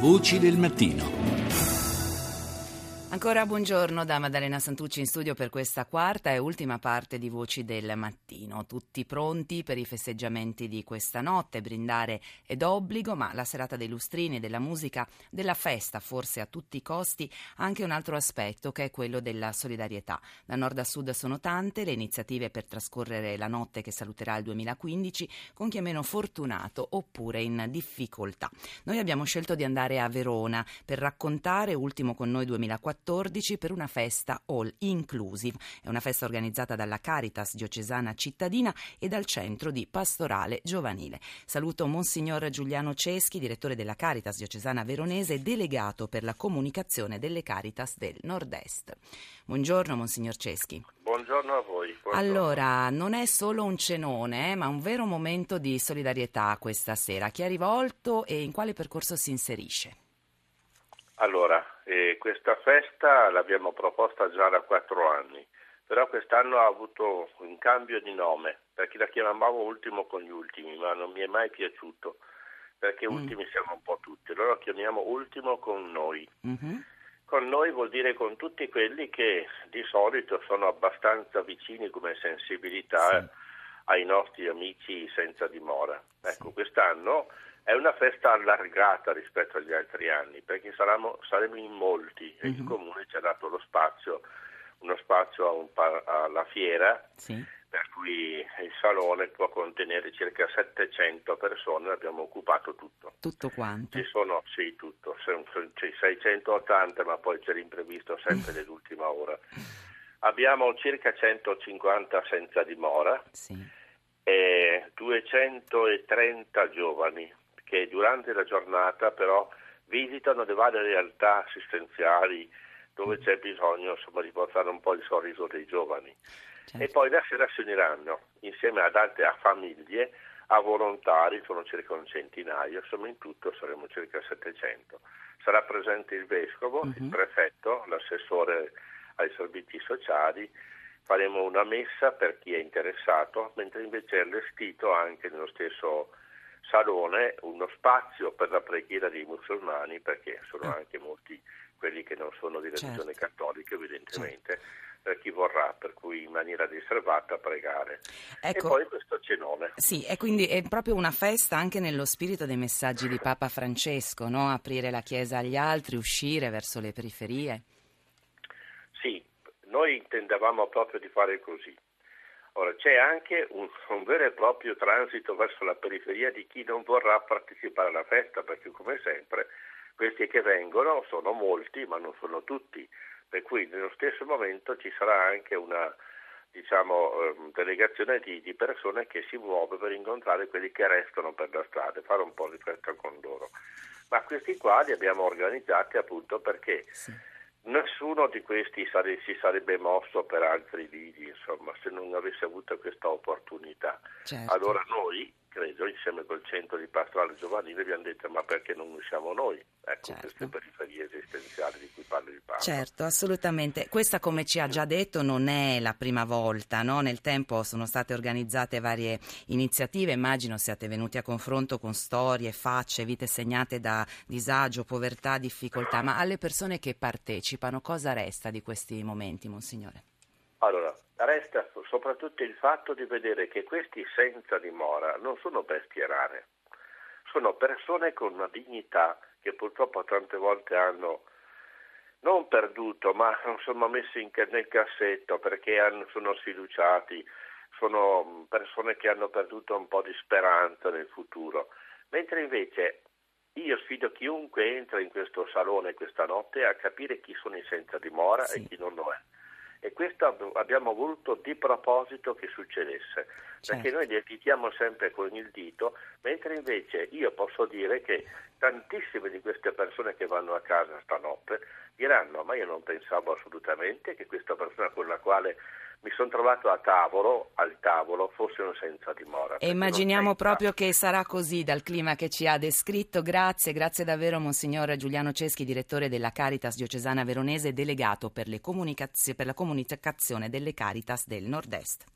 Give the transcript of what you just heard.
Voci del mattino. Ancora buongiorno da Maddalena Santucci in studio per questa quarta e ultima parte di Voci del Mattino. Tutti pronti per i festeggiamenti di questa notte, brindare è d'obbligo, ma la serata dei lustrini, della musica, della festa, forse a tutti i costi, ha anche un altro aspetto che è quello della solidarietà. Da nord a sud sono tante le iniziative per trascorrere la notte che saluterà il 2015 con chi è meno fortunato oppure in difficoltà. Noi abbiamo scelto di andare a Verona per raccontare Ultimo con noi 2014 per una festa all inclusive. È una festa organizzata dalla Caritas Diocesana Cittadina e dal Centro di Pastorale Giovanile. Saluto Monsignor Giuliano Ceschi, direttore della Caritas Diocesana Veronese e delegato per la comunicazione delle Caritas del Nord-Est. Buongiorno Monsignor Ceschi. Buongiorno a voi. Buongiorno. Allora, non è solo un cenone, ma un vero momento di solidarietà questa sera. Chi è rivolto e in quale percorso si inserisce? Allora, questa festa l'abbiamo proposta già da 4 anni, però quest'anno ha avuto un cambio di nome, perché la chiamavamo Ultimo con gli ultimi, ma non mi è mai piaciuto, perché ultimi siamo un po' tutti, allora lo chiamiamo Ultimo con noi. Mm-hmm. Con noi vuol dire con tutti quelli che di solito sono abbastanza vicini come sensibilità ai nostri amici senza dimora. Ecco, quest'anno è una festa allargata rispetto agli altri anni, perché saremo in molti e il Comune ci ha dato uno spazio alla fiera, per cui il salone può contenere circa 700 persone, l'abbiamo occupato tutto. Tutto quanto? Tutto, c'è 680, ma poi c'è l'imprevisto sempre dell'ultima ora. Abbiamo circa 150 senza dimora e 230 giovani che durante la giornata però visitano le varie realtà assistenziali dove c'è bisogno di portare un po' il sorriso dei giovani. Certo. E poi la sera si uniranno insieme ad altre famiglie, a volontari, sono circa un centinaio, insomma in tutto saremo circa 700. Sarà presente il vescovo, il prefetto, l'assessore ai servizi sociali. Faremo una messa per chi è interessato, mentre invece è allestito anche nello stesso salone uno spazio per la preghiera dei musulmani, perché sono anche molti quelli che non sono di religione cattolica evidentemente, per chi vorrà, per cui in maniera riservata pregare. Ecco. E poi questo cenone. Sì, e quindi è proprio una festa anche nello spirito dei messaggi di Papa Francesco, no? Aprire la Chiesa agli altri, uscire verso le periferie. Sì, noi intendevamo proprio di fare così. Ora, c'è anche un vero e proprio transito verso la periferia di chi non vorrà partecipare alla festa, perché come sempre questi che vengono sono molti, ma non sono tutti, per cui nello stesso momento ci sarà anche una delegazione di persone che si muove per incontrare quelli che restano per la strada e fare un po' di festa con loro. Ma questi qua li abbiamo organizzati appunto perché nessuno di questi si sarebbe mosso per altri lidi, insomma, se non avesse avuto questa opportunità. Certo. Allora noi, credo, insieme col Centro di Pastorale Giovanile abbiamo detto ma perché non usciamo noi? Ecco, queste periferie esistenziali di cui parla il Papa. Certo, assolutamente. Questa, come ci ha già detto, non è la prima volta, no? Nel tempo sono state organizzate varie iniziative, immagino siate venuti a confronto con storie, facce, vite segnate da disagio, povertà, difficoltà, ma alle persone che partecipano cosa resta di questi momenti, Monsignore? Allora, resta soprattutto il fatto di vedere che questi senza dimora non sono bestie rare, sono persone con una dignità che purtroppo tante volte hanno non perduto, ma insomma messi nel cassetto perché sono sfiduciati, sono persone che hanno perduto un po' di speranza nel futuro, mentre invece io sfido chiunque entra in questo salone questa notte a capire chi sono i senza dimora e chi non lo è. E questo abbiamo voluto di proposito che succedesse, perché noi li additiamo sempre con il dito, mentre invece io posso dire che tantissime di queste persone che vanno a casa stanotte diranno ma io non pensavo assolutamente che questa persona con la quale mi sono trovato al tavolo fosse un senza dimora. E immaginiamo proprio che sarà così dal clima che ci ha descritto. Grazie davvero Monsignor Giuliano Ceschi, direttore della Caritas Diocesana Veronese e delegato per la comunicazione delle Caritas del Nord-Est.